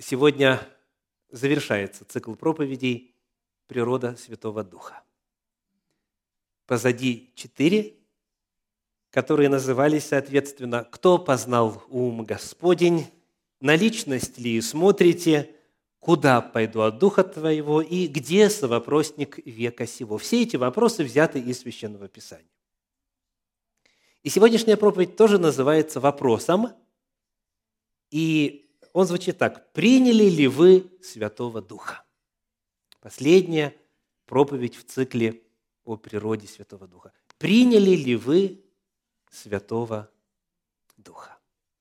Сегодня завершается цикл проповедей «Природа Святого Духа». Позади 4, которые назывались, соответственно, «Кто познал ум Господень?», «На личность ли смотрите?», «Куда пойду от Духа Твоего?» и «Где совопросник века сего?». Все эти вопросы взяты из Священного Писания. И сегодняшняя проповедь тоже называется вопросом, и он звучит так: «Приняли ли вы Святого Духа?» Последняя проповедь в цикле о природе Святого Духа. Приняли ли вы Святого Духа?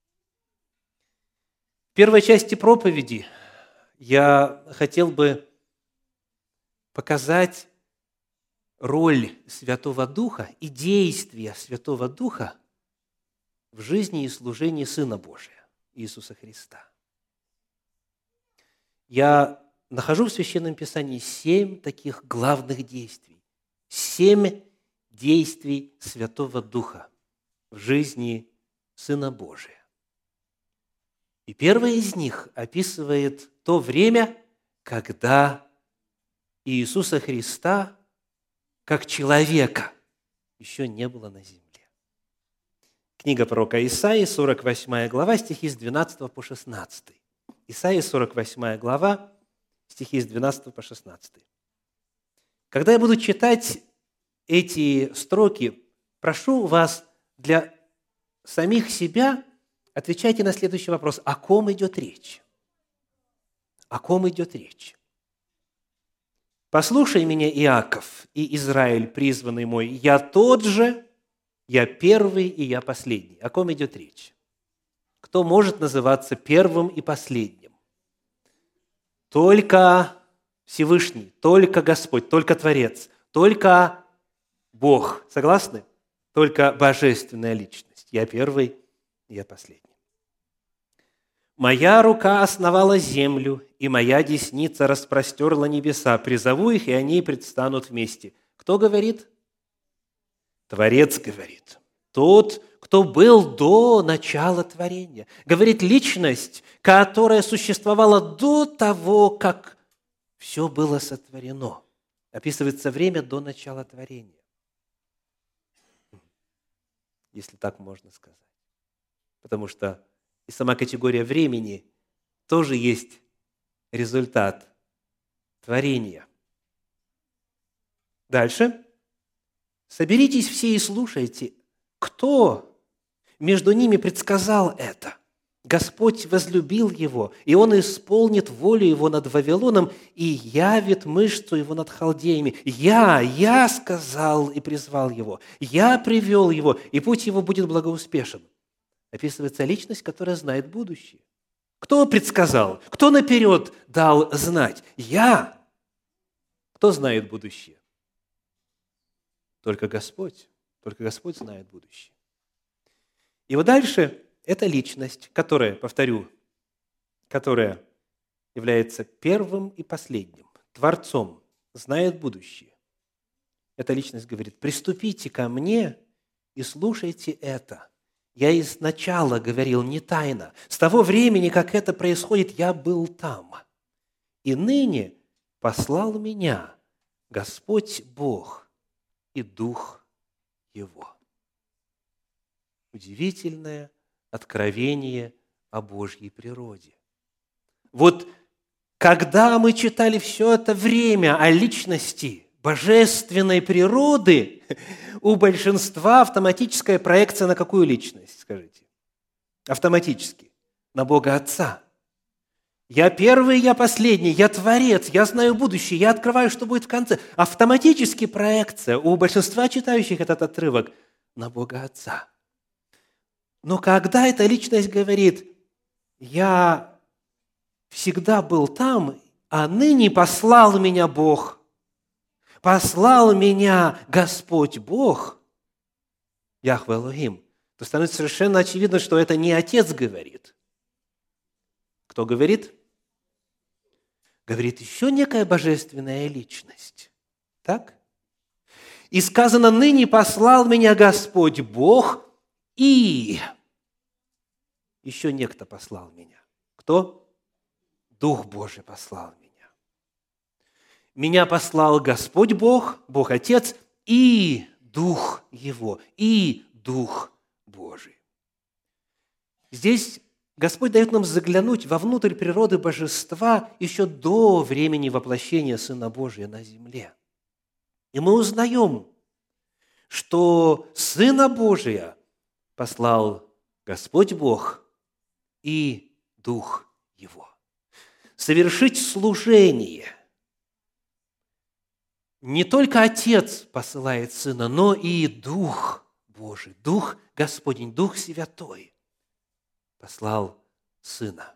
В первой части проповеди я хотел бы показать роль Святого Духа и действия Святого Духа в жизни и служении Сына Божия, Иисуса Христа. Я нахожу в Священном Писании 7 таких главных действий, 7 действий Святого Духа в жизни Сына Божия. И первое из них описывает то время, когда Иисуса Христа, как человека, еще не было на земле. Книга пророка Исаии, 48 глава, стихи с 12 по 16. Исаии, 48 глава, стихи с 12 по 16. Когда я буду читать эти строки, прошу вас для самих себя отвечайте на следующий вопрос: о ком идет речь? О ком идет речь? «Послушай меня, Иаков и Израиль, призванный мой, я тот же, я первый и я последний». О ком идет речь? Кто может называться первым и последним? Только Всевышний, только Господь, только Творец, только Бог. Согласны? Только божественная личность. Я первый, я последний. «Моя рука основала землю, и моя десница распростерла небеса. Призову их, и они предстанут вместе». Кто говорит? Творец говорит. Тот, кто был до начала творения. Говорит личность, которая существовала до того, как все было сотворено. Описывается время до начала творения, если так можно сказать. Потому что и сама категория времени тоже есть результат творения. Дальше. «Соберитесь все и слушайте, кто между ними предсказал это. Господь возлюбил его, и он исполнит волю его над Вавилоном и явит мышцу его над халдеями. Я сказал и призвал его, я привел его, и путь его будет благоуспешен». Описывается личность, которая знает будущее. Кто предсказал? Кто наперед дал знать? Я. Кто знает будущее? Только Господь. Только Господь знает будущее. И вот дальше эта личность, которая, повторю, которая является первым и последним, Творцом, знает будущее. Эта личность говорит: «Приступите ко мне и слушайте это. Я изначала говорил не тайно. С того времени, как это происходит, я был там. И ныне послал меня Господь Бог и Дух Его». Удивительное откровение о Божьей природе. Вот когда мы читали все это время о личности божественной природы, у большинства автоматическая проекция на какую личность, скажите? Автоматически. На Бога Отца. Я первый, я последний, я Творец, я знаю будущее, я открываю, что будет в конце. Автоматически проекция у большинства читающих этот отрывок на Бога Отца. Но когда эта личность говорит: «Я всегда был там, а ныне послал меня Бог, послал меня Господь Бог», Яхве Элохим, то становится совершенно очевидно, что это не Отец говорит. Кто говорит? Говорит еще некая божественная личность. Так? «И сказано: ныне послал меня Господь Бог, и еще некто послал меня». Кто? Дух Божий послал меня. Меня послал Господь Бог, Бог Отец, и Дух Его, и Дух Божий. Здесь Господь дает нам заглянуть вовнутрь природы Божества еще до времени воплощения Сына Божия на земле. И мы узнаем, что Сына Божия послал Господь Бог и Дух Его. Совершить служение не только Отец посылает Сына, но и Дух Божий, Дух Господень, Дух Святой послал Сына.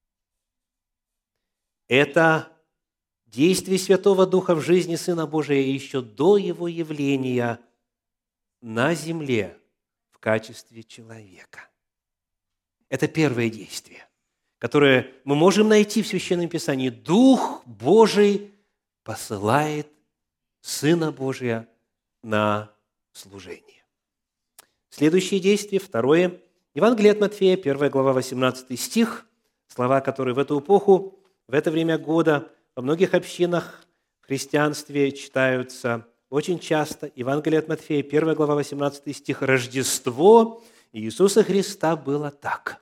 Это действие Святого Духа в жизни Сына Божия еще до Его явления на земле в качестве человека. Это первое действие, которое мы можем найти в Священном Писании. Дух Божий посылает Сына Божия на служение. Следующее действие, второе. Евангелие от Матфея, 1 глава, 18 стих, слова, которые в эту эпоху, в это время года во многих общинах в христианстве читаются очень часто. Евангелие от Матфея, 1 глава, 18 стих. «Рождество Иисуса Христа было так.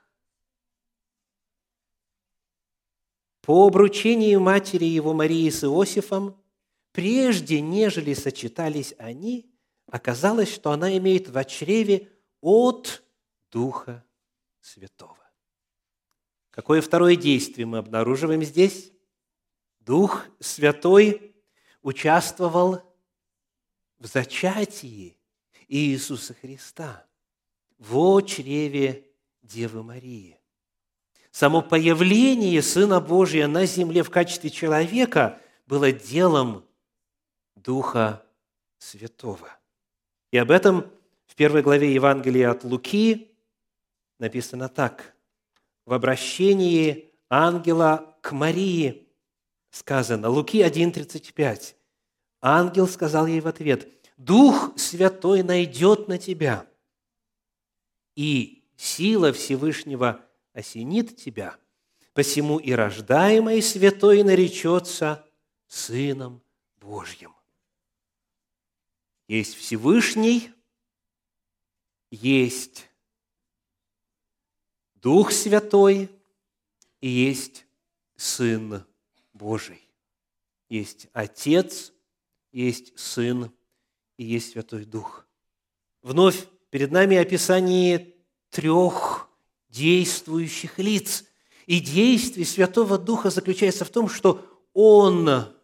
По обручению матери его Марии с Иосифом, прежде нежели сочетались они, оказалось, что она имеет в чреве от Духа Святого». Какое второе действие мы обнаруживаем здесь? Дух Святой участвовал в зачатии Иисуса Христа во чреве Девы Марии. Само появление Сына Божия на земле в качестве человека было делом Духа Святого. И об этом в 1 главе Евангелия от Луки написано так. В обращении ангела к Марии сказано, Луки 1:35. Ангел сказал ей в ответ: «Дух Святой найдет на тебя, и сила Всевышнего осенит тебя, посему и рождаемый святой наречется Сыном Божьим». Есть Всевышний, есть Дух Святой и есть Сын Божий. Есть Отец, есть Сын и есть Святой Дух. Вновь перед нами описание 3 действующих лиц. И действие Святого Духа заключается в том, что Он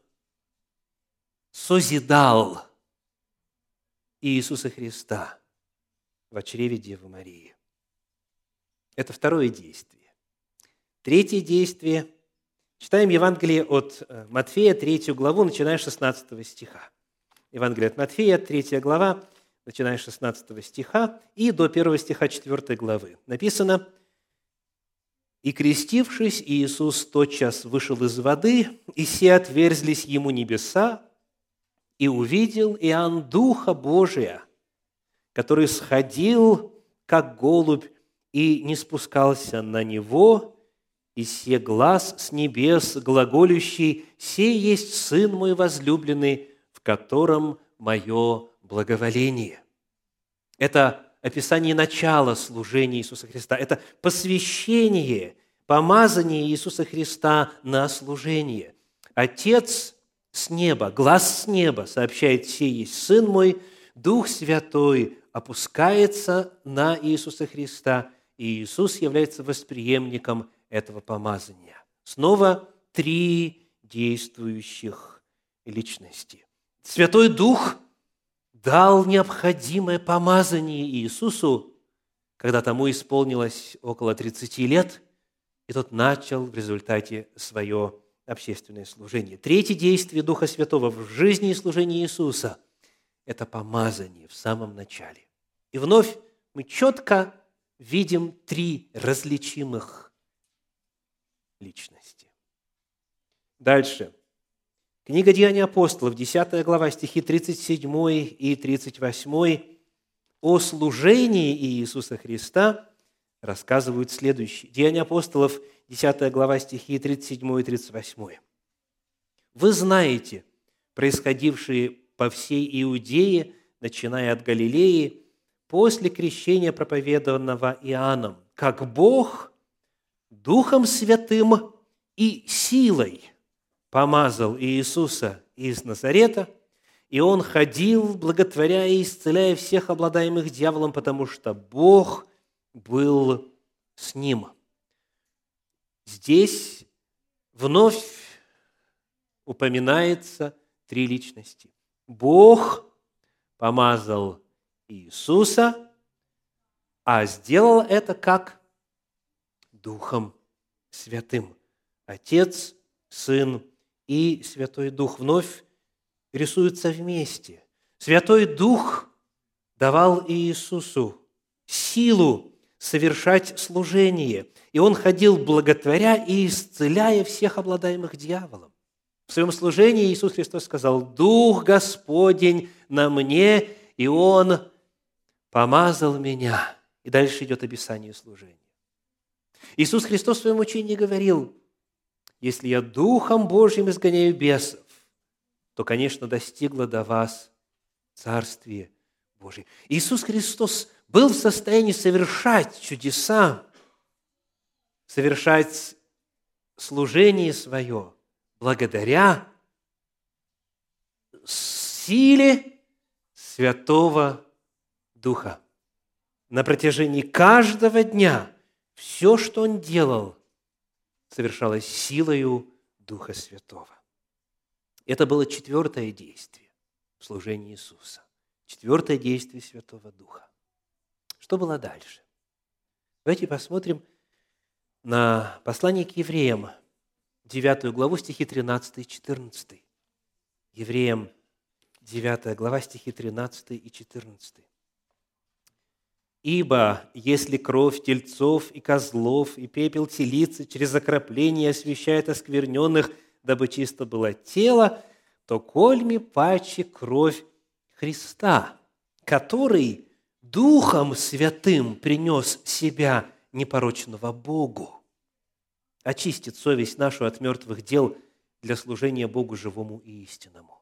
созидал Иисуса Христа во чреве Девы Марии. Это второе действие. Третье действие. Читаем Евангелие от Матфея, 3 главу, начиная с 16 стиха. Евангелие от Матфея, 3 глава, начиная с 16 стиха и до 1 стиха 4 главы. Написано: «И, крестившись, Иисус тотчас вышел из воды, и се отверзлись ему небеса, и увидел Иоанн Духа Божия, который сходил, как голубь, и не спускался на него, и се глас с небес, глаголющий: «Сей есть Сын мой возлюбленный, в котором мое благоволение». Это описание начала служения Иисуса Христа. Это посвящение, помазание Иисуса Христа на служение. Отец с неба, глас с неба сообщает: «Сей есть Сын мой». Дух Святой опускается на Иисуса Христа, и Иисус является восприемником этого помазания. Снова 3 действующих личности. Святой Дух дал необходимое помазание Иисусу, когда тому исполнилось около 30 лет, и тот начал в результате свое общественное служение. Третье действие Духа Святого в жизни и служении Иисуса – это помазание в самом начале. И вновь мы четко видим 3 различимых личности. Дальше. Книга Деяний апостолов, 10 глава, стихи 37 и 38 о служении Иисуса Христа рассказывают следующее. Деяния апостолов, 10 глава, стихи 37 и 38. «Вы знаете происходившие по всей Иудее, начиная от Галилеи, после крещения, проповедованного Иоанном, как Бог Духом Святым и силой помазал Иисуса из Назарета, и Он ходил, благотворя и исцеляя всех обладаемых дьяволом, потому что Бог был с Ним». Здесь вновь упоминается три личности. Бог помазал Иисуса, а сделал это как Духом Святым. Отец, Сын и Святой Дух вновь рисуются вместе. Святой Дух давал Иисусу силу совершать служение, и Он ходил, благотворя и исцеляя всех обладаемых дьяволом. В своем служении Иисус Христос сказал: «Дух Господень на мне, и Он помазал меня». И дальше идет описание служения. Иисус Христос в своем учении говорил: «Если я Духом Божьим изгоняю бесов, то, конечно, достигло до вас Царствие Божие». Иисус Христос был в состоянии совершать чудеса, совершать служение свое благодаря силе Святого Духа. На протяжении каждого дня все, что Он делал, совершалось силою Духа Святого. Это было четвертое действие в служении Иисуса. Четвертое действие Святого Духа. Что было дальше? Давайте посмотрим на послание к евреям, 9 главу, стихи 13 и 14. Евреям, 9 глава, стихи 13 и 14. «Ибо если кровь тельцов и козлов и пепел телицы через окропление освящает оскверненных, дабы чисто было тело, то кольми паче кровь Христа, который Духом Святым принес себя непорочного Богу, очистит совесть нашу от мертвых дел для служения Богу живому и истинному».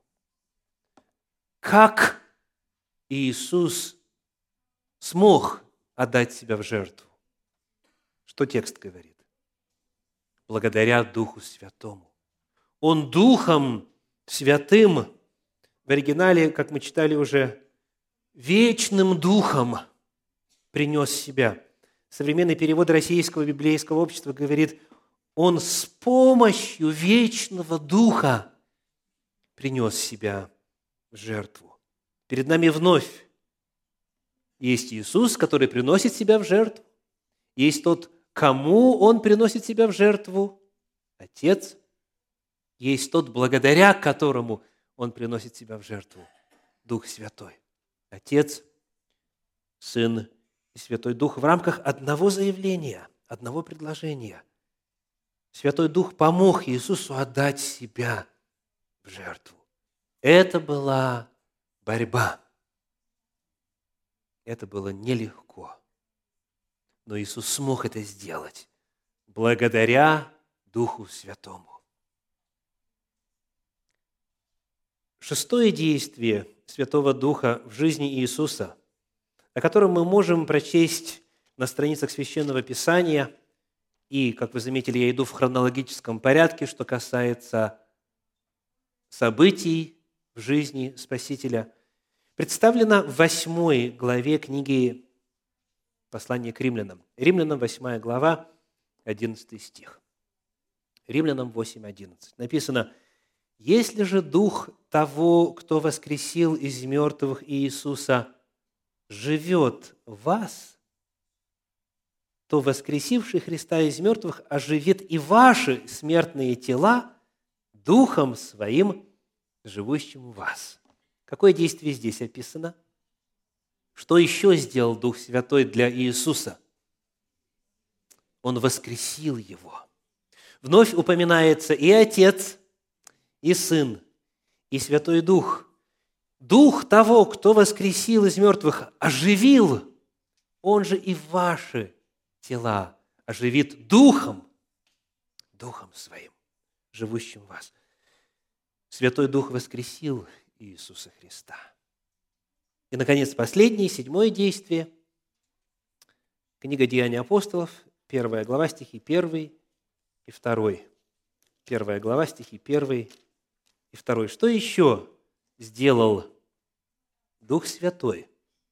Как Иисус смог отдать себя в жертву? Что текст говорит? Благодаря Духу Святому. Он Духом Святым, в оригинале, как мы читали уже, вечным Духом принес себя. Современный перевод Российского библейского общества говорит: Он с помощью вечного Духа принес себя в жертву. Перед нами вновь есть Иисус, который приносит себя в жертву. Есть тот, кому Он приносит себя в жертву, Отец. Есть тот, благодаря которому Он приносит себя в жертву, Дух Святой. Отец, Сын и Святой Дух в рамках одного заявления, одного предложения. Святой Дух помог Иисусу отдать себя в жертву. Это была борьба. Это было нелегко. Но Иисус смог это сделать благодаря Духу Святому. Шестое действие Святого Духа в жизни Иисуса, о котором мы можем прочесть на страницах Священного Писания, и, как вы заметили, я иду в хронологическом порядке, что касается событий в жизни Спасителя, представлено в 8 главе книги послания к римлянам. Римлянам 8 глава, 11 стих. Римлянам 8:11. Написано: «Если же Дух того, кто воскресил из мертвых Иисуса, живет в вас, то воскресивший Христа из мертвых оживит и ваши смертные тела Духом Своим, живущим в вас». Какое действие здесь описано? Что еще сделал Дух Святой для Иисуса? Он воскресил Его. Вновь упоминается и Отец, и Сын, и Святой Дух. Дух того, кто воскресил из мертвых, оживил, Он же и ваши тела оживит Духом Своим, живущим в вас. Святой Дух воскресил Иисуса Христа. И, наконец, последнее, 7 действие. Книга Деяний апостолов, 1 глава, стихи 1 и 2. 1 глава, стихи 1 и 2. Что еще сделал Дух Святой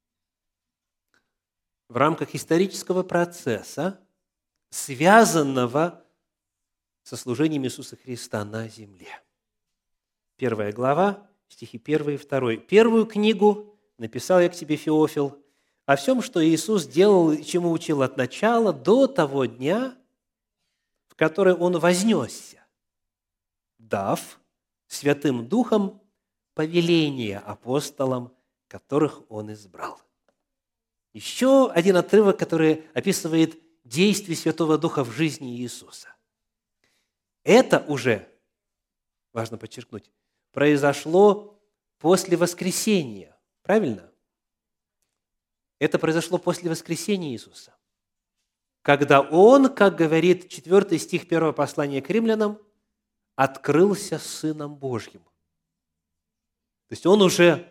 в рамках исторического процесса, связанного со служением Иисуса Христа на земле? 1 глава, стихи 1 и 2. «Первую книгу написал я к тебе, Феофил, о всем, что Иисус делал и чему учил от начала до того дня, в который Он вознесся, дав Святым Духом повеление апостолам, которых Он избрал». Еще один отрывок, который описывает действие Святого Духа в жизни Иисуса. Это уже, важно подчеркнуть, произошло после воскресения. Правильно? Это произошло после воскресения Иисуса, когда Он, как говорит 4 стих 1 послания к римлянам, открылся Сыном Божьим. То есть Он уже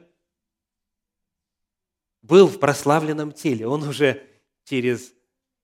был в прославленном теле, Он уже через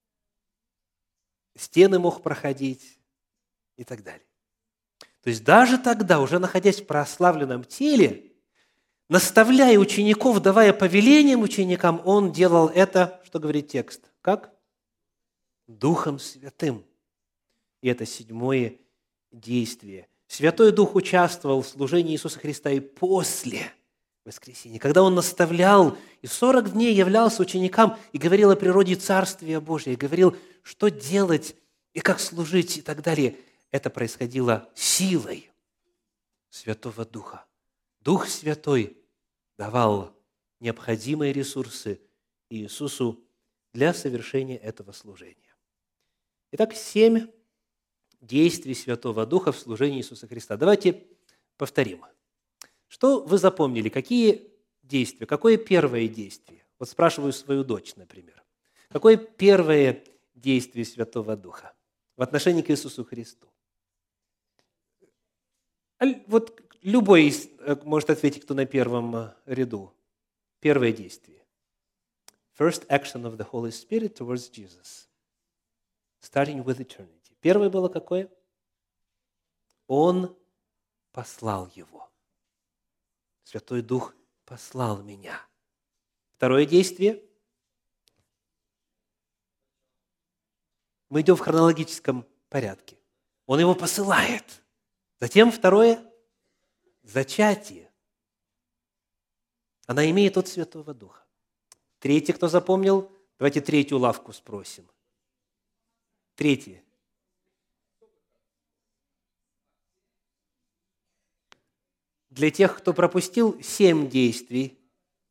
стены мог проходить и так далее. То есть даже тогда, уже находясь в прославленном теле, наставляя учеников, давая повеление ученикам, Он делал это, что говорит текст, как? Духом Святым. И это 7 действие. Святой Дух участвовал в служении Иисуса Христа и после воскресения, когда Он наставлял и 40 дней являлся ученикам и говорил о природе Царствия Божия, и говорил, что делать и как служить и так далее. Это происходило силой Святого Духа. Дух Святой давал необходимые ресурсы Иисусу для совершения этого служения. Итак, 7 действий Святого Духа в служении Иисуса Христа. Давайте повторим. Что вы запомнили? Какие действия? Какое первое действие? Вот спрашиваю свою дочь, например. Какое первое действие Святого Духа в отношении к Иисусу Христу? Вот любой может ответить, кто на первом ряду. Первое действие. First action of the Holy Spirit towards Jesus. Starting with eternity. Первое было какое? Он послал Его. Святой Дух послал меня. Второе действие. Мы идем в хронологическом порядке. Он Его посылает. Затем второе – зачатие. Она имеет от Святого Духа. Третье, кто запомнил? Давайте третью лавку спросим. Третье. Для тех, кто пропустил 7 действий,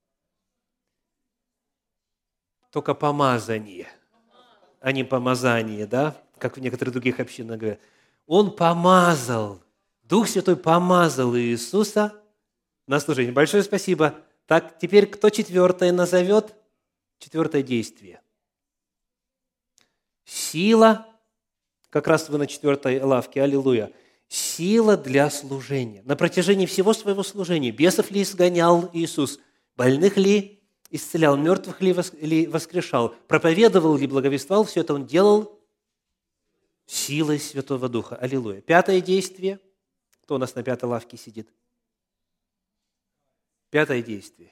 только помазание, а не помазание, да? Как в некоторых других общинах говорят. Он помазал, Дух Святой помазал Иисуса на служение. Большое спасибо. Так, теперь кто 4 назовет? 4 действие. Сила, как раз вы на 4 лавке, аллилуйя. Сила для служения. На протяжении всего своего служения бесов ли изгонял Иисус, больных ли исцелял, мертвых ли воскрешал, проповедовал ли, благовествовал, все это Он делал силой Святого Духа. Аллилуйя. 5 действие. Кто у нас на 5 лавке сидит? 5 действие.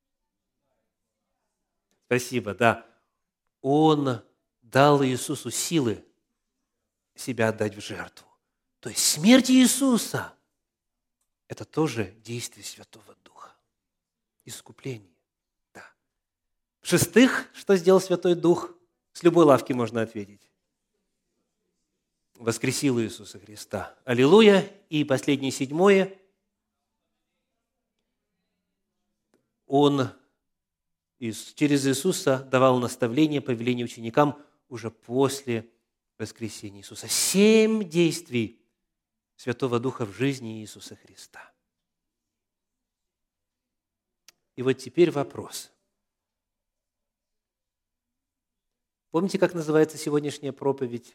Спасибо, да. Он дал Иисусу силы себя отдать в жертву. То есть смерть Иисуса – это тоже действие Святого Духа. Искупление. Да. В-шестых, что сделал Святой Дух? С любой лавки можно ответить. Воскресил Иисуса Христа. Аллилуйя. И последнее, 7. Он через Иисуса давал наставления, повеления ученикам уже после воскресения Иисуса. 7 действий Святого Духа в жизни Иисуса Христа. И вот теперь вопрос. Помните, как называется сегодняшняя проповедь?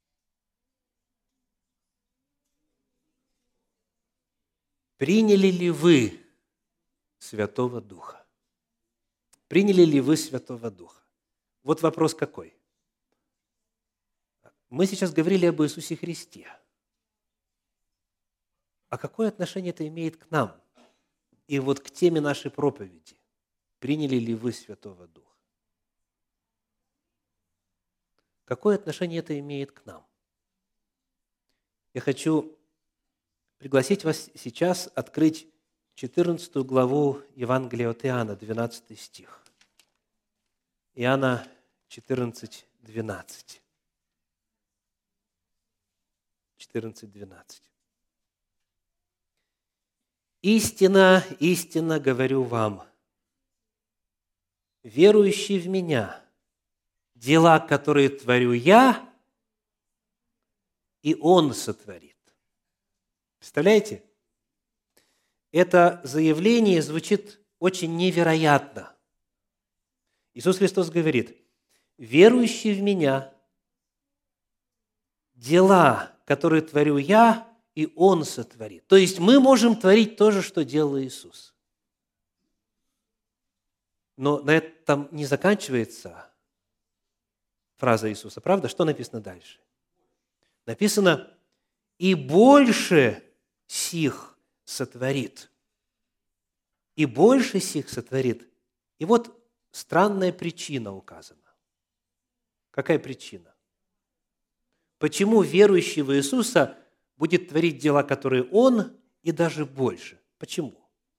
Приняли ли вы Святого Духа? Приняли ли вы Святого Духа? Вот вопрос какой. Мы сейчас говорили об Иисусе Христе. А какое отношение это имеет к нам? И вот к теме нашей проповеди. Приняли ли вы Святого Духа? Какое отношение это имеет к нам? Я хочу пригласить вас сейчас открыть 14 главу Евангелия от Иоанна, 12 стих. Иоанна 14, 12. 14, 12. «Истина, истинно говорю вам, верующий в Меня, дела, которые творю Я, и Он сотворит». Представляете? Это заявление звучит очень невероятно. Иисус Христос говорит: верующий в Меня, дела, которые творю Я, и Он сотворит. То есть мы можем творить то же, что делал Иисус. Но на этом не заканчивается фраза Иисуса, правда? Что написано дальше? Написано: «И больше сих сотворит». И больше сих сотворит. И вот странная причина указана. Какая причина? Почему верующий в Иисуса будет творить дела, которые Он, и даже больше? Почему?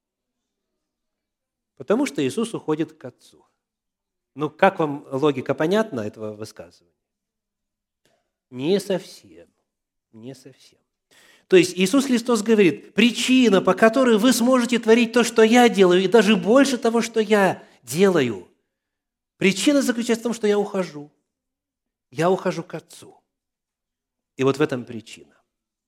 Потому что Иисус уходит к Отцу. Ну, как вам логика понятна этого высказывания? Не совсем. Не совсем. То есть Иисус Христос говорит: причина, по которой вы сможете творить то, что Я делаю, и даже больше того, что Я делаю, причина заключается в том, что Я ухожу. Я ухожу к Отцу. И вот в этом причина.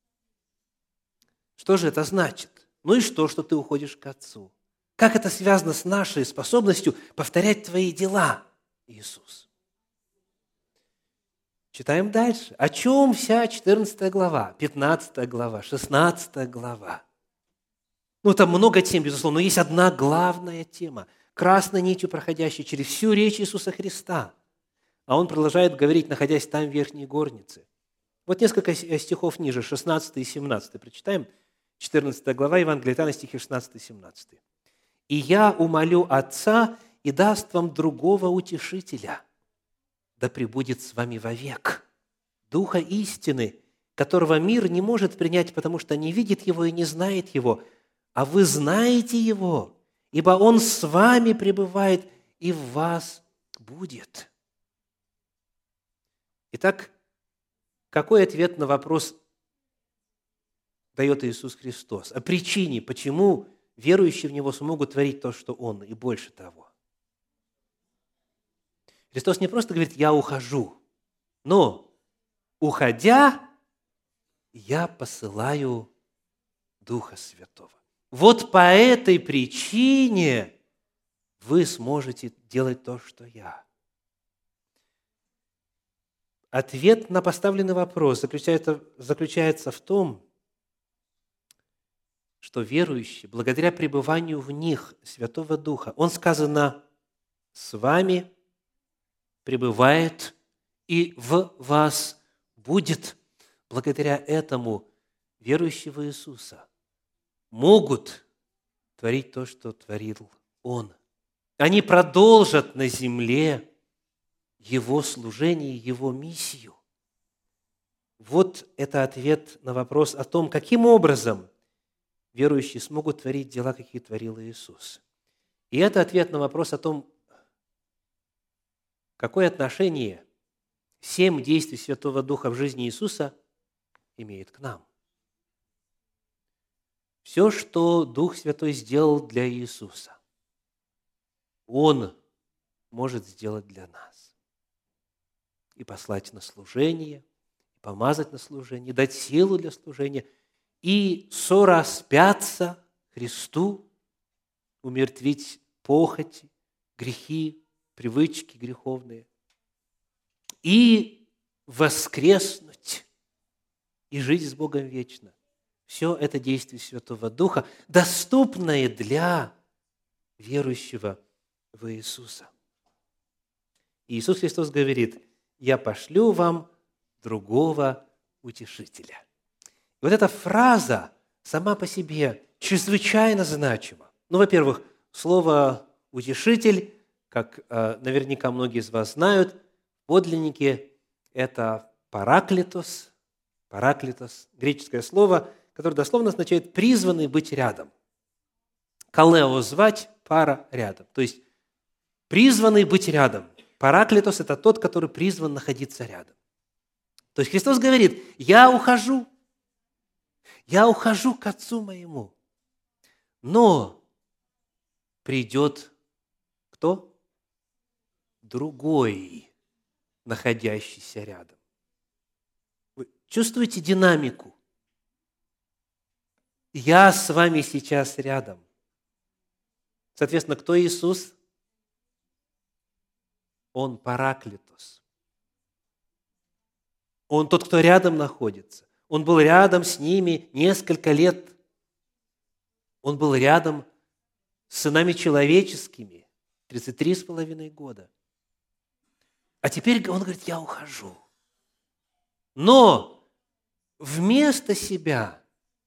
Что же это значит? Ну и что ты уходишь к Отцу? Как это связано с нашей способностью повторять Твои дела, Иисус? Читаем дальше. О чем вся 14 глава, 15 глава, 16 глава? Ну, там много тем, безусловно, но есть одна главная тема, красной нитью проходящая через всю речь Иисуса Христа. А Он продолжает говорить, находясь там в верхней горнице. Вот несколько стихов ниже, 16 и 17. Прочитаем. 14 глава Евангелия от Иоанна, стихи 16 и 17. «И я умолю Отца, и даст вам другого утешителя, да пребудет с вами вовек, Духа истины, которого мир не может принять, потому что не видит Его и не знает Его, а вы знаете Его, ибо Он с вами пребывает и в вас будет». Итак, какой ответ на вопрос дает Иисус Христос? О причине, почему верующие в Него смогут творить то, что Он, и больше того. Христос не просто говорит: «Я ухожу», но, уходя, я посылаю Духа Святого. Вот по этой причине вы сможете делать то, что я. Ответ на поставленный вопрос заключается в том, что верующие, благодаря пребыванию в них Святого Духа, Он, сказано, с вами пребывает и в вас будет. Благодаря этому верующие в Иисуса могут творить то, что творил Он. Они продолжат на земле Его служение, Его миссию. Вот это ответ на вопрос о том, каким образом верующие смогут творить дела, какие творил Иисус. И это ответ на вопрос о том, какое отношение 7 действий Святого Духа в жизни Иисуса имеет к нам. Все, что Дух Святой сделал для Иисуса, Он может сделать для нас. И послать на служение, и помазать на служение, и дать силу для служения, и сораспяться Христу, умертвить похоти, грехи, привычки греховные. и воскреснуть, и жить с Богом вечно. Все это действие Святого Духа, доступное для верующего в Иисуса. И Иисус Христос говорит: «Я пошлю вам другого утешителя». И вот эта фраза сама по себе чрезвычайно значима. Ну, во-первых, слово «утешитель», как наверняка многие из вас знают, в подлиннике это «параклитос». «Параклитос» – греческое слово, которое дословно означает «призванный быть рядом». «Калео» – звать, «пара» – рядом. То есть призванный быть рядом. «Параклитос» – это тот, который призван находиться рядом. То есть Христос говорит: «Я ухожу к Отцу моему, но придет кто? Другой, находящийся рядом». Вы чувствуете динамику? Я с вами сейчас рядом. Соответственно, кто Иисус? Он Параклитос. Он тот, кто рядом находится. Он был рядом с ними несколько лет. Он был рядом с сынами человеческими 33,5 года. А теперь он говорит: я ухожу. Но вместо себя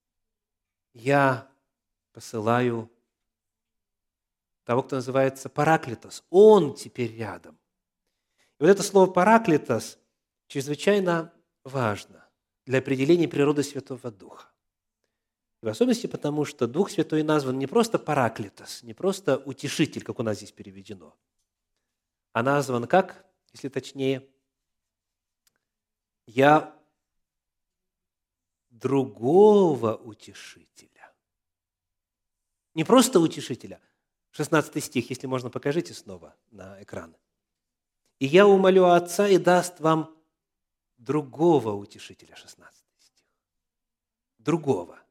я посылаю того, кто называется Параклитос. Он теперь рядом. И вот это слово «параклитос» чрезвычайно важно для определения природы Святого Духа. В особенности потому, что Дух Святой назван не просто «параклитос», не просто «утешитель», как у нас здесь переведено, а назван как, если точнее, «я другого утешителя». Не просто утешителя. 16 стих, если можно, покажите снова на экран. «И я умолю Отца, и даст вам другого утешителя». 16 стих. Другого.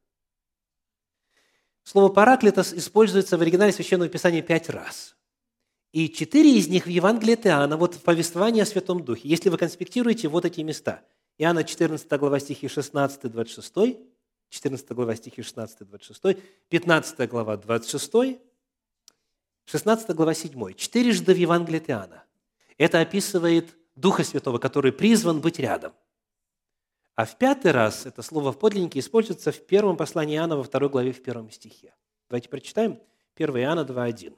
Слово «параклитос» используется в оригинале Священного Писания 5 раз. И 4 из них в Евангелии от Иоанна, вот в повествовании о Святом Духе. Если вы конспектируете вот эти места. Иоанна 14 глава стихи 16-26, 14 глава стихи 16-26, 15 глава 26, 16 глава 7. 4 в Евангелии от Иоанна. Это описывает Духа Святого, который призван быть рядом. А в 5 раз это слово в подлиннике используется в первом послании Иоанна во 2 главе в 1 стихе. Давайте прочитаем 1 Иоанна 2,1.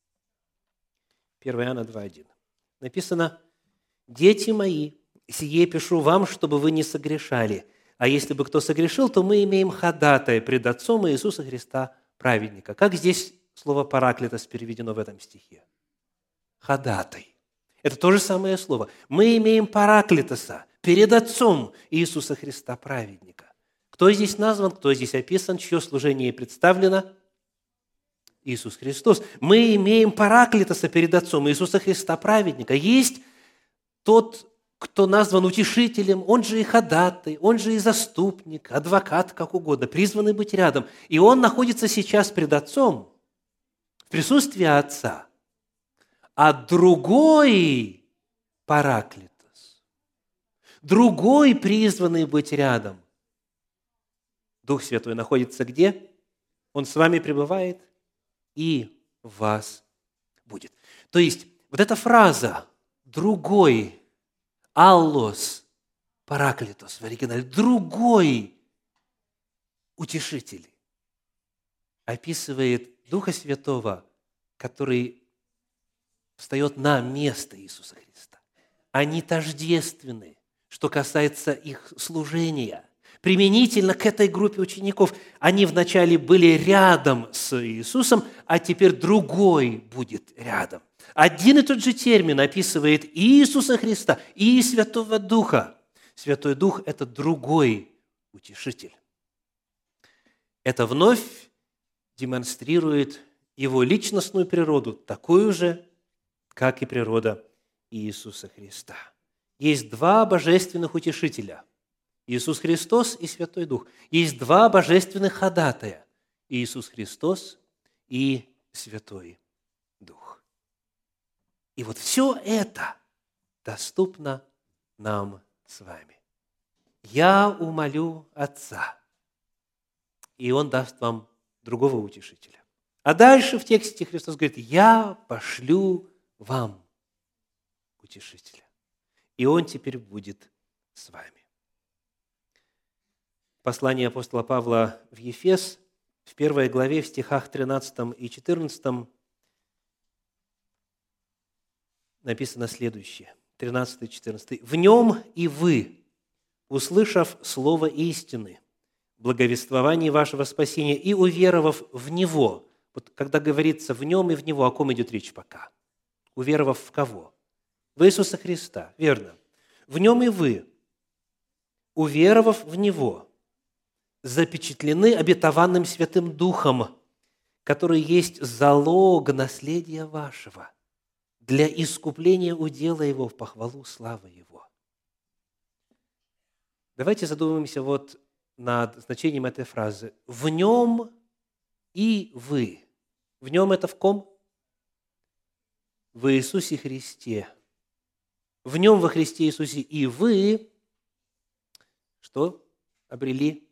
1 Иоанна 2,1. Написано: «Дети мои, сие пишу вам, чтобы вы не согрешали. А если бы кто согрешил, то мы имеем ходатая пред Отцом Иисуса Христа, праведника». Как здесь слово «параклитос» переведено в этом стихе? Ходатай. Это то же самое слово. Мы имеем параклитоса перед Отцом Иисуса Христа, праведника. Кто здесь назван, кто здесь описан, чье служение представлено? Иисус Христос. Мы имеем параклитоса перед Отцом Иисуса Христа, праведника. Есть тот, кто назван утешителем, он же и ходатай, он же и заступник, адвокат, как угодно, призванный быть рядом. И он находится сейчас пред Отцом, в присутствии Отца. А другой параклитос, другой призванный быть рядом, Дух Святой находится где? Он с вами пребывает и в вас будет. То есть вот эта фраза «другой», «аллос», «параклитос» в оригинале, «другой утешитель» описывает Духа Святого, который встает на место Иисуса Христа. Они тождественны, что касается их служения. Применительно к этой группе учеников. Они вначале были рядом с Иисусом, а теперь другой будет рядом. Один и тот же термин описывает и Иисуса Христа, и Святого Духа. Святой Дух – это другой утешитель. Это вновь демонстрирует его личностную природу, такую же, как и природа Иисуса Христа. Есть два божественных утешителя – Иисус Христос и Святой Дух. Есть два божественных ходатая – Иисус Христос и Святой Дух. И вот все это доступно нам с вами. Я умолю Отца, и Он даст вам другого утешителя. А дальше в тексте Христос говорит: я пошлю вам утешителя, и Он теперь будет с вами. Послание апостола Павла в Ефес, в 1 главе, в стихах 13 и 14 написано следующее, 13 и 14. «В нем и вы, услышав слово истины, благовествование вашего спасения и уверовав в Него». Вот когда говорится «в нем» и «в Него», о ком идет речь пока? Уверовав в кого? В Иисуса Христа, верно. «В нем и вы, уверовав в Него, запечатлены обетованным Святым Духом, который есть залог наследия вашего, для искупления удела Его в похвалу славы Его». Давайте задумаемся вот над значением этой фразы. «В нем и вы». В нем это в ком? В Иисусе Христе. В нем, во Христе Иисусе, и вы, что обрели?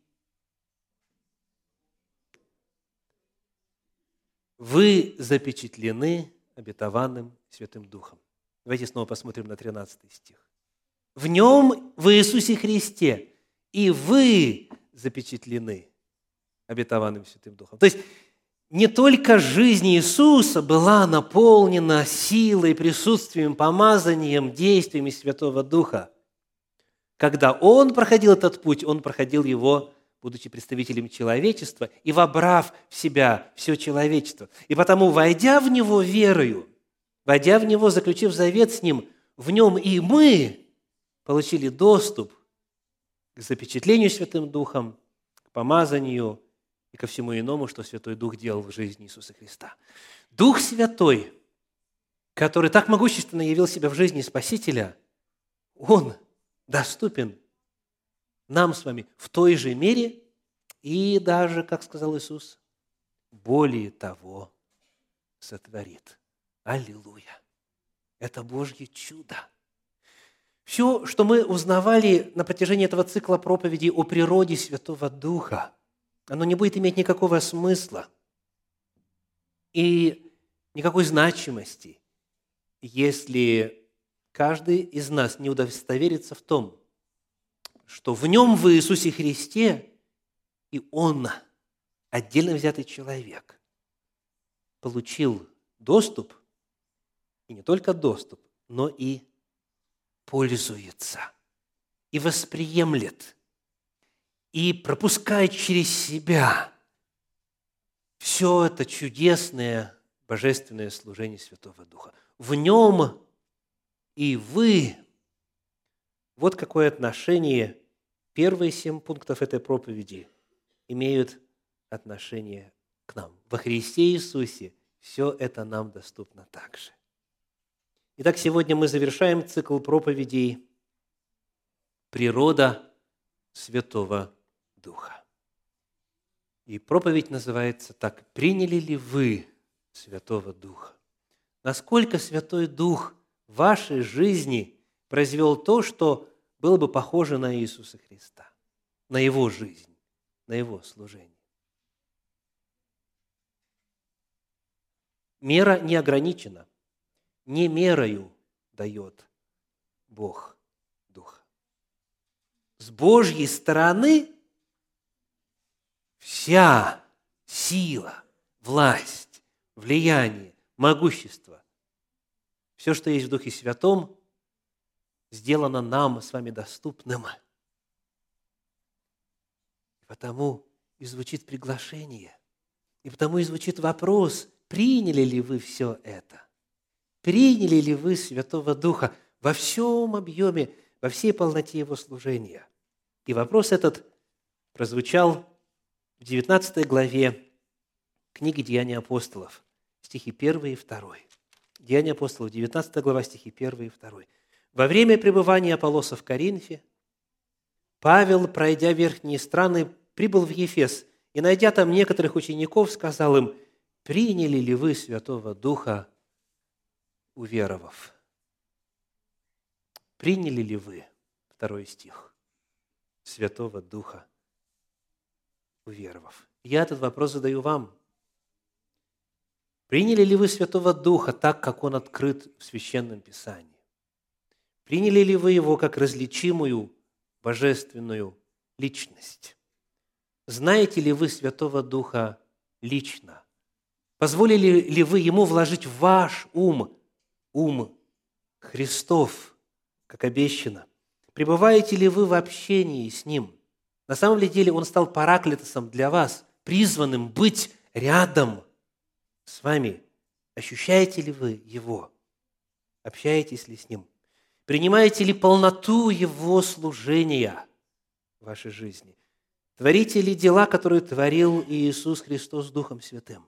Вы запечатлены обетованным Святым Духом. Давайте снова посмотрим на 13 стих. В нем, в Иисусе Христе, и вы запечатлены обетованным Святым Духом. То есть, не только жизнь Иисуса была наполнена силой, присутствием, помазанием, действиями Святого Духа. Когда Он проходил этот путь, Он проходил его, будучи представителем человечества и вобрав в себя все человечество. И потому, войдя в Него верою, войдя в Него, заключив завет с Ним, в Нем и мы получили доступ к запечатлению Святым Духом, к помазанию и ко всему иному, что Святой Дух делал в жизни Иисуса Христа. Дух Святой, который так могущественно явил себя в жизни Спасителя, Он доступен нам с вами в той же мере и даже, как сказал Иисус, более того сотворит. Аллилуйя! Это Божье чудо. Все, что мы узнавали на протяжении этого цикла проповедей о природе Святого Духа, оно не будет иметь никакого смысла и никакой значимости, если каждый из нас не удостоверится в том, что в Нем, в Иисусе Христе, и Он, отдельно взятый человек, получил доступ, и не только доступ, но и пользуется, и восприемлет, и пропускает через себя все это чудесное божественное служение Святого Духа. В Нем и вы. Вот какое отношение первые 7 пунктов этой проповеди имеют отношение к нам. Во Христе Иисусе все это нам доступно также. Итак, сегодня мы завершаем цикл проповедей «Природа Святого Духа». И проповедь называется так: «Приняли ли вы Святого Духа?» Насколько Святой Дух в вашей жизни произвел то, что было бы похоже на Иисуса Христа, на Его жизнь, на Его служение. Мера не ограничена. Не мерою дает Бог Духа. С Божьей стороны вся сила, власть, влияние, могущество, все, что есть в Духе Святом, сделано нам с вами доступным. И потому и звучит приглашение, и потому и звучит вопрос: приняли ли вы все это? Приняли ли вы Святого Духа во всем объеме, во всей полноте Его служения? И вопрос этот прозвучал в 19 главе книги «Деяния апостолов», стихи 1 и 2. Деяния апостолов, 19 глава, стихи 1 и 2. «Во время пребывания Аполлоса в Коринфе Павел, пройдя верхние страны, прибыл в Ефес, и, найдя там некоторых учеников, сказал им: приняли ли вы Святого Духа, уверовав?» Приняли ли вы? 2 стих. Святого Духа уверовав. Я этот вопрос задаю вам. Приняли ли вы Святого Духа так, как Он открыт в Священном Писании? Приняли ли вы Его как различимую божественную личность? Знаете ли вы Святого Духа лично? Позволили ли вы Ему вложить в ваш ум Христов, как обещано? Пребываете ли вы в общении с Ним? На самом ли деле Он стал параклитосом для вас, призванным быть рядом с вами? Ощущаете ли вы Его? Общаетесь ли с Ним? Принимаете ли полноту Его служения в вашей жизни? Творите ли дела, которые творил Иисус Христос Духом Святым?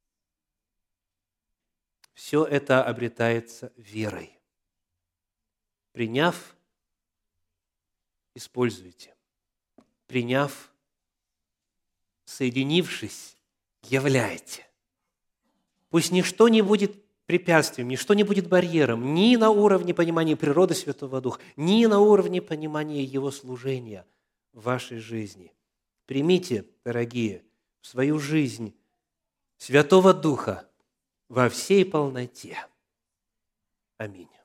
Все это обретается верой. Приняв, используйте. Приняв, соединившись, являйте. Пусть ничто не будет препятствием, ничто не будет барьером ни на уровне понимания природы Святого Духа, ни на уровне понимания Его служения в вашей жизни. Примите, дорогие, в свою жизнь Святого Духа во всей полноте. Аминь.